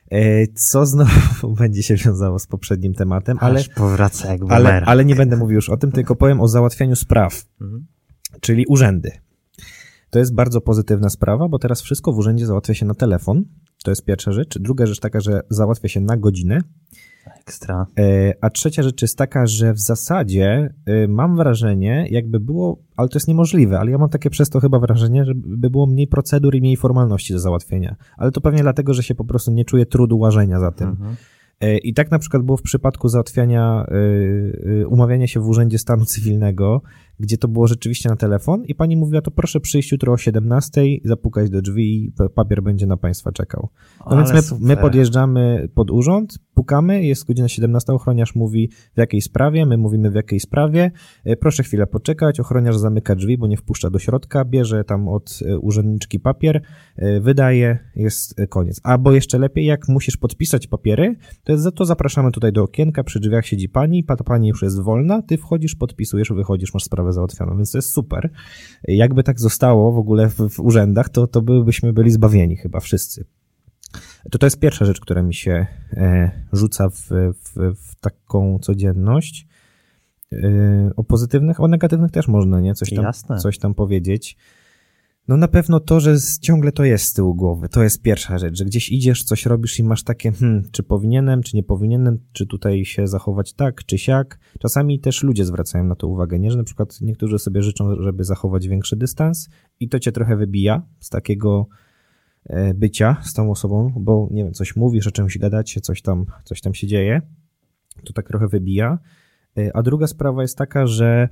Co znowu będzie się wiązało z poprzednim tematem, powraca jak bumerang. ale nie będę mówił już o tym, tylko powiem o załatwianiu spraw, czyli urzędy. To jest bardzo pozytywna sprawa, bo teraz wszystko w urzędzie załatwia się na telefon. To jest pierwsza rzecz. Druga rzecz taka, że załatwia się na godzinę. Ekstra. A trzecia rzecz jest taka, że w zasadzie mam wrażenie, jakby było, ale to jest niemożliwe, ale ja mam takie przez to chyba wrażenie, że by było mniej procedur i mniej formalności do załatwienia. Ale to pewnie dlatego, że się po prostu nie czuję trudu łażenia za tym. I tak na przykład było w przypadku załatwiania, umawiania się w Urzędzie Stanu Cywilnego, gdzie to było rzeczywiście na telefon i pani mówiła, to proszę przyjść jutro o 17:00, zapukać do drzwi i papier będzie na państwa czekał. No więc my podjeżdżamy pod urząd, pukamy, jest godzina 17:00, ochroniarz mówi w jakiej sprawie, my mówimy w jakiej sprawie, proszę chwilę poczekać, ochroniarz zamyka drzwi, bo nie wpuszcza do środka, bierze tam od urzędniczki papier, wydaje, jest koniec. Albo jeszcze lepiej, jak musisz podpisać papiery, to zapraszamy tutaj do okienka, przy drzwiach siedzi pani, ta pani już jest wolna, ty wchodzisz, podpisujesz, wychodzisz, masz sprawę załatwioną, więc to jest super. Jakby tak zostało w ogóle w urzędach, to byśmy byli zbawieni chyba wszyscy. To jest pierwsza rzecz, która mi się rzuca w taką codzienność. O pozytywnych, o negatywnych też można, nie? Coś tam powiedzieć. No na pewno to, że ciągle to jest z tyłu głowy, to jest pierwsza rzecz, że gdzieś idziesz, coś robisz i masz takie, czy powinienem, czy nie powinienem, czy tutaj się zachować tak, czy siak. Czasami też ludzie zwracają na to uwagę, nie? Że na przykład niektórzy sobie życzą, żeby zachować większy dystans i to cię trochę wybija z takiego bycia z tą osobą, bo nie wiem, coś mówisz, o czymś gadacie, coś tam się dzieje, to tak trochę wybija. A druga sprawa jest taka, że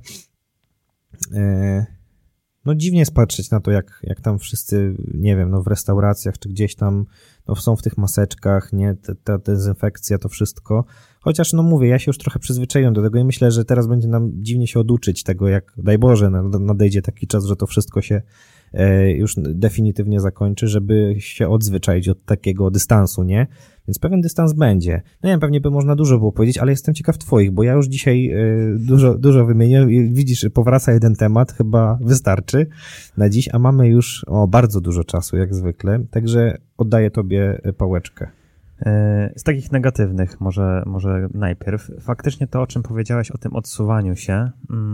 no dziwnie jest patrzeć na to, jak tam wszyscy, nie wiem, no w restauracjach czy gdzieś tam no są w tych maseczkach, nie, ta dezynfekcja, to wszystko. Chociaż no mówię, ja się już trochę przyzwyczaiłem do tego i myślę, że teraz będzie nam dziwnie się oduczyć tego, jak, daj Boże, nadejdzie taki czas, że to wszystko się już definitywnie zakończy, żeby się odzwyczaić od takiego dystansu, nie? Więc pewien dystans będzie. No nie wiem, pewnie by można dużo było powiedzieć, ale jestem ciekaw twoich, bo ja już dzisiaj dużo wymieniłem i widzisz, powraca jeden temat, chyba wystarczy na dziś, a mamy już bardzo dużo czasu, jak zwykle, także oddaję tobie pałeczkę. Z takich negatywnych może najpierw. Faktycznie to, o czym powiedziałeś, o tym odsuwaniu się,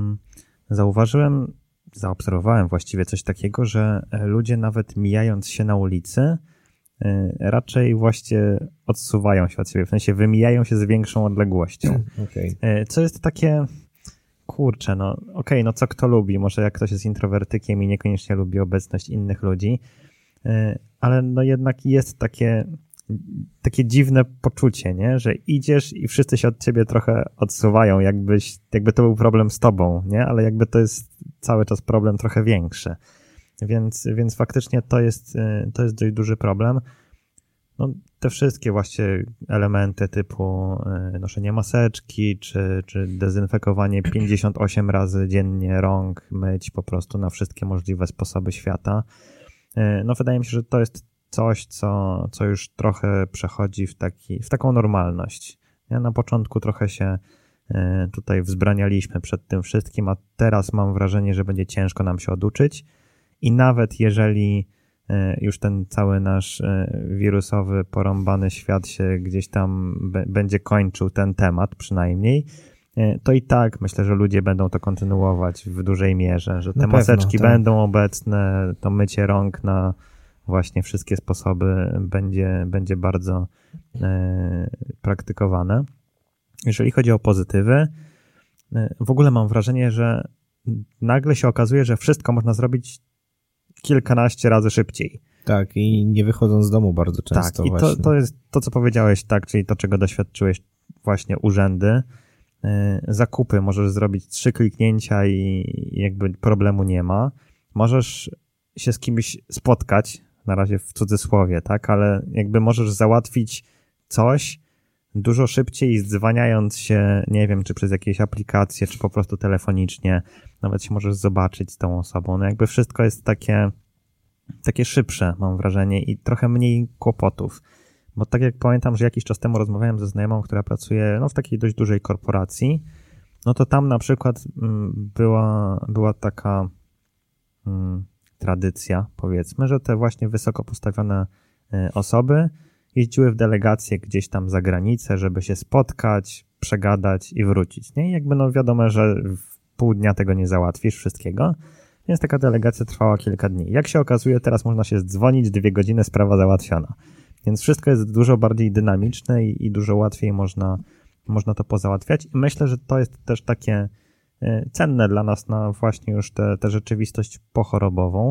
zaobserwowałem właściwie coś takiego, że ludzie nawet mijając się na ulicy, raczej właśnie odsuwają się od siebie, w sensie wymijają się z większą odległością. Okay. Co jest takie, kurczę, no okej, no co kto lubi, może jak ktoś jest introwertykiem i niekoniecznie lubi obecność innych ludzi, ale no jednak jest takie dziwne poczucie, nie? Że idziesz i wszyscy się od ciebie trochę odsuwają, jakby to był problem z tobą, nie? Ale jakby to jest cały czas problem trochę większy. Więc faktycznie to jest dość duży problem. No, te wszystkie właśnie elementy typu noszenie maseczki, czy dezynfekowanie 58 razy dziennie rąk, myć po prostu na wszystkie możliwe sposoby świata. No wydaje mi się, że to jest coś, co już trochę przechodzi w taką normalność. Ja na początku trochę się tutaj wzbranialiśmy przed tym wszystkim, a teraz mam wrażenie, że będzie ciężko nam się oduczyć i nawet jeżeli już ten cały nasz wirusowy, porąbany świat się gdzieś tam będzie kończył ten temat przynajmniej, to i tak myślę, że ludzie będą to kontynuować w dużej mierze, że te maseczki będą obecne, to mycie rąk na właśnie wszystkie sposoby będzie bardzo praktykowane. Jeżeli chodzi o pozytywy, w ogóle mam wrażenie, że nagle się okazuje, że wszystko można zrobić kilkanaście razy szybciej. Tak, i nie wychodząc z domu bardzo często. Tak, i to jest to, co powiedziałeś, tak, czyli to, czego doświadczyłeś, właśnie urzędy. Zakupy możesz zrobić 3 kliknięcia i jakby problemu nie ma. Możesz się z kimś spotkać, na razie w cudzysłowie, tak, ale jakby możesz załatwić coś dużo szybciej, dzwaniając się, nie wiem, czy przez jakieś aplikacje, czy po prostu telefonicznie, nawet się możesz zobaczyć z tą osobą. No jakby wszystko jest takie szybsze, mam wrażenie, i trochę mniej kłopotów. Bo tak jak pamiętam, że jakiś czas temu rozmawiałem ze znajomą, która pracuje w takiej dość dużej korporacji, no to tam na przykład była taka tradycja, powiedzmy, że te właśnie wysoko postawione osoby, jeździły w delegacje gdzieś tam za granicę, żeby się spotkać, przegadać i wrócić, nie? I jakby no wiadomo, że w pół dnia tego nie załatwisz wszystkiego, więc taka delegacja trwała kilka dni. Jak się okazuje, teraz można się dzwonić, 2 godziny, sprawa załatwiona. Więc wszystko jest dużo bardziej dynamiczne i dużo łatwiej można to pozałatwiać. I myślę, że to jest też takie cenne dla nas na właśnie już tę rzeczywistość pochorobową,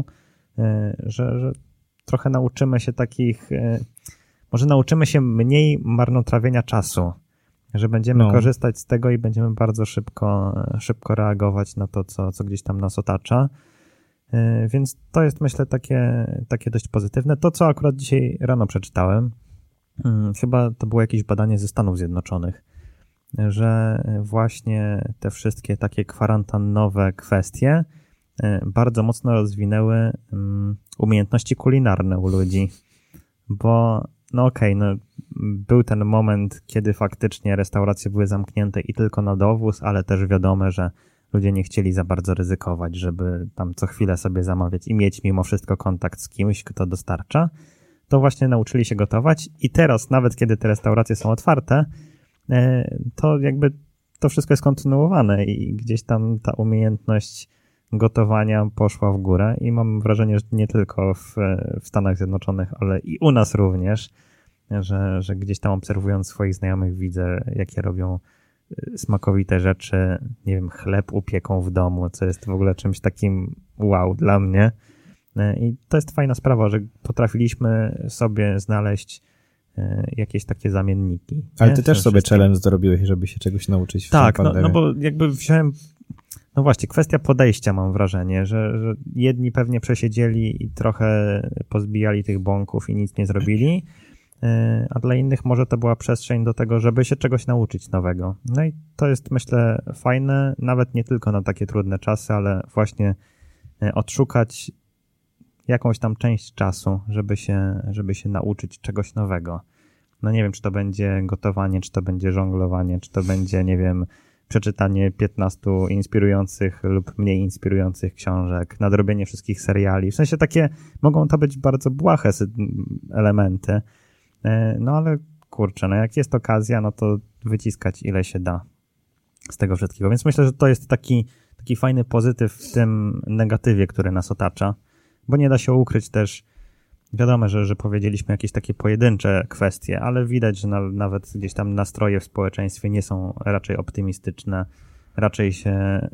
że trochę nauczymy się może nauczymy się mniej marnotrawienia czasu, że będziemy korzystać z tego i będziemy bardzo szybko reagować na to, co gdzieś tam nas otacza. Więc to jest, myślę, takie dość pozytywne. To, co akurat dzisiaj rano przeczytałem, chyba to było jakieś badanie ze Stanów Zjednoczonych, że właśnie te wszystkie takie kwarantannowe kwestie bardzo mocno rozwinęły umiejętności kulinarne u ludzi, bo był ten moment, kiedy faktycznie restauracje były zamknięte i tylko na dowóz, ale też wiadomo, że ludzie nie chcieli za bardzo ryzykować, żeby tam co chwilę sobie zamawiać i mieć mimo wszystko kontakt z kimś, kto dostarcza. To właśnie nauczyli się gotować i teraz, nawet kiedy te restauracje są otwarte, to jakby to wszystko jest kontynuowane i gdzieś tam ta umiejętność gotowania poszła w górę i mam wrażenie, że nie tylko w Stanach Zjednoczonych, ale i u nas również, że gdzieś tam obserwując swoich znajomych widzę, jakie robią smakowite rzeczy, nie wiem, chleb upieką w domu, co jest w ogóle czymś takim wow dla mnie. I to jest fajna sprawa, że potrafiliśmy sobie znaleźć jakieś takie zamienniki. Ale ty też sobie challenge zrobiłeś, żeby się czegoś nauczyć w tak, tym pandemii. no bo jakby wziąłem, no właśnie, kwestia podejścia mam wrażenie, że jedni pewnie przesiedzieli i trochę pozbijali tych bąków i nic nie zrobili, a dla innych może to była przestrzeń do tego, żeby się czegoś nauczyć nowego. No i to jest, myślę, fajne, nawet nie tylko na takie trudne czasy, ale właśnie odszukać jakąś tam część czasu, żeby się nauczyć czegoś nowego. No nie wiem, czy to będzie gotowanie, czy to będzie żonglowanie, czy to będzie, nie wiem, przeczytanie 15 inspirujących lub mniej inspirujących książek, nadrobienie wszystkich seriali. W sensie takie mogą to być bardzo błahe elementy, no ale kurczę, no jak jest okazja, no to wyciskać ile się da z tego wszystkiego. Więc myślę, że to jest taki fajny pozytyw w tym negatywie, który nas otacza, bo nie da się ukryć też, wiadomo, że powiedzieliśmy jakieś takie pojedyncze kwestie, ale widać, że nawet gdzieś tam nastroje w społeczeństwie nie są raczej optymistyczne, raczej się...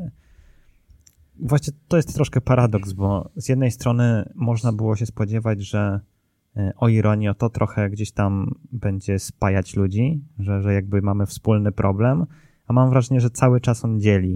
Właśnie to jest troszkę paradoks, bo z jednej strony można było się spodziewać, że o ironio to trochę gdzieś tam będzie spajać ludzi, że jakby mamy wspólny problem, a mam wrażenie, że cały czas on dzieli,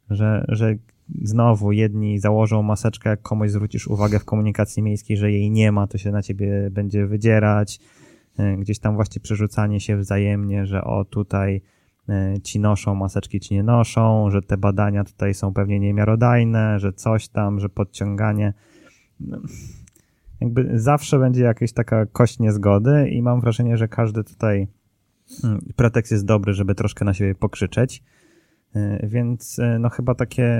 że znowu jedni założą maseczkę, jak komuś zwrócisz uwagę w komunikacji miejskiej, że jej nie ma, to się na ciebie będzie wydzierać. Gdzieś tam właśnie przerzucanie się wzajemnie, że o tutaj ci noszą maseczki, ci nie noszą, że te badania tutaj są pewnie niemiarodajne, że coś tam, że podciąganie. Jakby zawsze będzie jakaś taka kość niezgody i mam wrażenie, że każdy tutaj pretekst jest dobry, żeby troszkę na siebie pokrzyczeć. Więc no chyba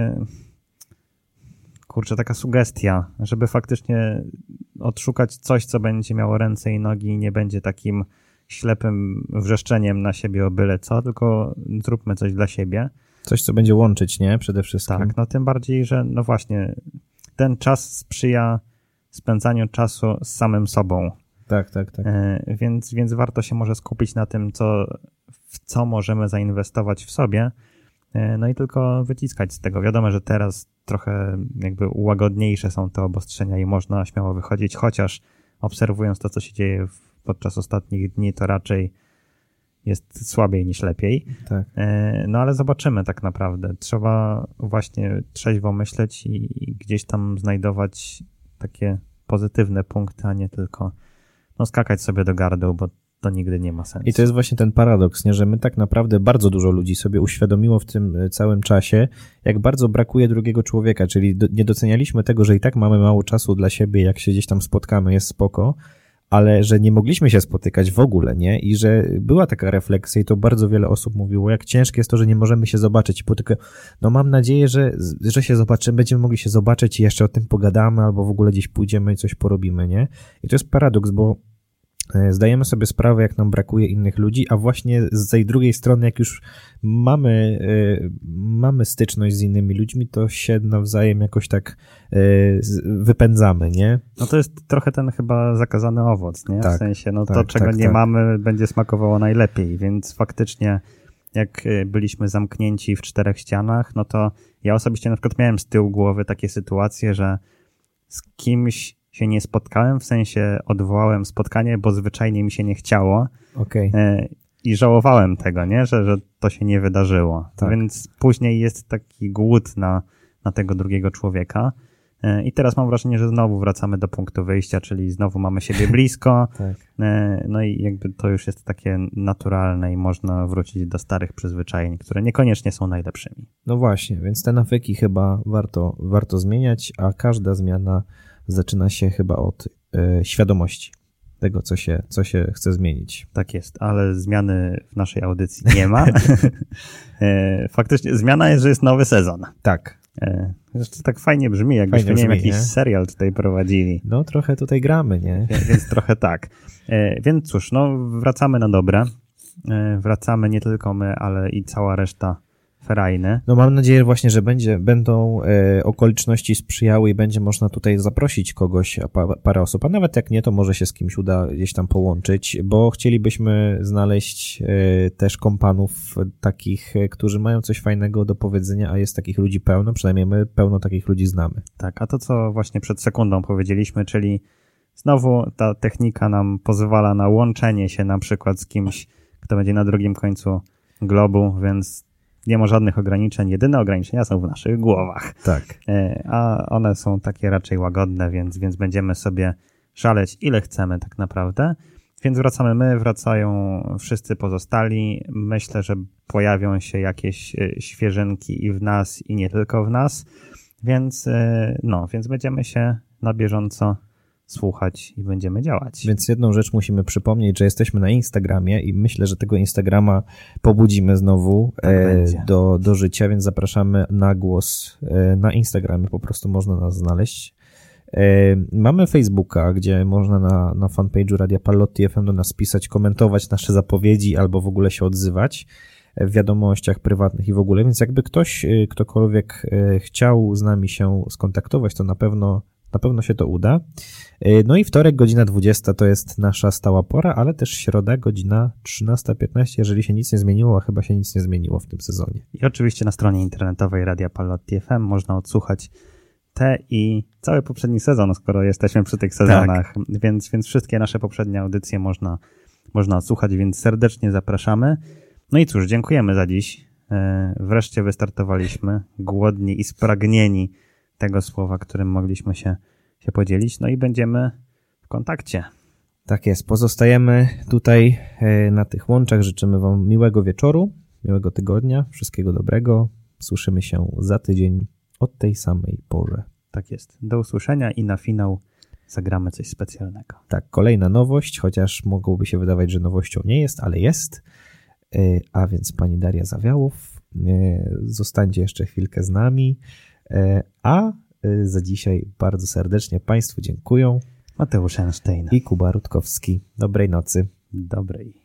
taka sugestia, żeby faktycznie odszukać coś, co będzie miało ręce i nogi i nie będzie takim ślepym wrzeszczeniem na siebie o byle co, tylko zróbmy coś dla siebie. Coś, co będzie łączyć, nie? Przede wszystkim. Tak, no tym bardziej, że no właśnie ten czas sprzyja spędzaniu czasu z samym sobą. Tak. Więc warto się może skupić na tym, w co możemy zainwestować w sobie, no i tylko wyciskać z tego. Wiadomo, że teraz trochę jakby łagodniejsze są te obostrzenia i można śmiało wychodzić, chociaż obserwując to, co się dzieje podczas ostatnich dni, to raczej jest słabiej niż lepiej. Tak. No ale zobaczymy tak naprawdę. Trzeba właśnie trzeźwo myśleć i gdzieś tam znajdować takie pozytywne punkty, a nie tylko skakać sobie do gardeł, bo to nigdy nie ma sensu. I to jest właśnie ten paradoks, nie? Że my tak naprawdę bardzo dużo ludzi sobie uświadomiło w tym całym czasie, jak bardzo brakuje drugiego człowieka, czyli nie docenialiśmy tego, że i tak mamy mało czasu dla siebie, jak się gdzieś tam spotkamy, jest spoko, ale że nie mogliśmy się spotykać w ogóle, nie? I że była taka refleksja i to bardzo wiele osób mówiło, jak ciężkie jest to, że nie możemy się zobaczyć i no mam nadzieję, że się zobaczymy, będziemy mogli się zobaczyć i jeszcze o tym pogadamy albo w ogóle gdzieś pójdziemy i coś porobimy, nie? I to jest paradoks, bo zdajemy sobie sprawę, jak nam brakuje innych ludzi, a właśnie z tej drugiej strony, jak już mamy styczność z innymi ludźmi, to się nawzajem jakoś tak wypędzamy, nie? No to jest trochę ten chyba zakazany owoc, nie? Tak, w sensie, no tak, to, czego tak, nie tak. mamy, będzie smakowało najlepiej, więc faktycznie jak byliśmy zamknięci w 4 ścianach, no to ja osobiście na przykład miałem z tyłu głowy takie sytuacje, że z kimś się nie spotkałem, w sensie odwołałem spotkanie, bo zwyczajnie mi się nie chciało. Okej. I żałowałem tego, nie? Że to się nie wydarzyło. Tak. Więc później jest taki głód na tego drugiego człowieka. I teraz mam wrażenie, że znowu wracamy do punktu wyjścia, czyli znowu mamy siebie blisko. Tak. No i jakby to już jest takie naturalne i można wrócić do starych przyzwyczajeń, które niekoniecznie są najlepszymi. No właśnie, więc te nawyki chyba warto zmieniać, a każda zmiana zaczyna się chyba od świadomości tego, co się chce zmienić. Tak jest, ale zmiany w naszej audycji nie ma. Faktycznie zmiana jest, że jest nowy sezon. Tak. To tak fajnie brzmi, jakbyśmy nie wiem, jakiś serial tutaj prowadzili. No trochę tutaj gramy, nie? Więc trochę tak. Więc cóż, no wracamy na dobre. Wracamy nie tylko my, ale i cała reszta ferajny. No mam nadzieję właśnie, że będą okoliczności sprzyjały i będzie można tutaj zaprosić kogoś, parę osób, a nawet jak nie, to może się z kimś uda gdzieś tam połączyć, bo chcielibyśmy znaleźć też kompanów takich, którzy mają coś fajnego do powiedzenia, a jest takich ludzi pełno, przynajmniej my pełno takich ludzi znamy. Tak, a to co właśnie przed sekundą powiedzieliśmy, czyli znowu ta technika nam pozwala na łączenie się na przykład z kimś, kto będzie na drugim końcu globu, więc nie ma żadnych ograniczeń. Jedyne ograniczenia są w naszych głowach. Tak. A one są takie raczej łagodne, więc będziemy sobie szaleć ile chcemy tak naprawdę. Więc wracamy my, wracają wszyscy pozostali. Myślę, że pojawią się jakieś świeżynki i w nas, i nie tylko w nas. Więc będziemy się na bieżąco słuchać i będziemy działać. Więc jedną rzecz musimy przypomnieć, że jesteśmy na Instagramie i myślę, że tego Instagrama pobudzimy znowu do życia, więc zapraszamy na głos na Instagramie, po prostu można nas znaleźć. Mamy Facebooka, gdzie można na fanpage'u Radia Pallotti FM do nas pisać, komentować nasze zapowiedzi albo w ogóle się odzywać w wiadomościach prywatnych i w ogóle, więc jakby ktokolwiek chciał z nami się skontaktować, to na pewno się to uda. No i wtorek, godzina 20 to jest nasza stała pora, ale też środa, godzina 13:15, jeżeli się nic nie zmieniło, a chyba się nic nie zmieniło w tym sezonie. I oczywiście na stronie internetowej Radia Pallotti FM można odsłuchać te i cały poprzedni sezon, skoro jesteśmy przy tych sezonach, tak. Więc wszystkie nasze poprzednie audycje można odsłuchać, więc serdecznie zapraszamy. No i cóż, dziękujemy za dziś. Wreszcie wystartowaliśmy, głodni i spragnieni tego słowa, którym mogliśmy się podzielić, no i będziemy w kontakcie. Tak jest, pozostajemy tutaj na tych łączach, życzymy wam miłego wieczoru, miłego tygodnia, wszystkiego dobrego, słyszymy się za tydzień o tej samej porze. Tak jest, do usłyszenia i na finał zagramy coś specjalnego. Tak, kolejna nowość, chociaż mogłoby się wydawać, że nowością nie jest, ale jest, a więc pani Daria Zawiałow, zostańcie jeszcze chwilkę z nami, a za dzisiaj bardzo serdecznie Państwu dziękuję. Mateusz Einstein i Kuba Rutkowski. Dobrej nocy. Dobrej.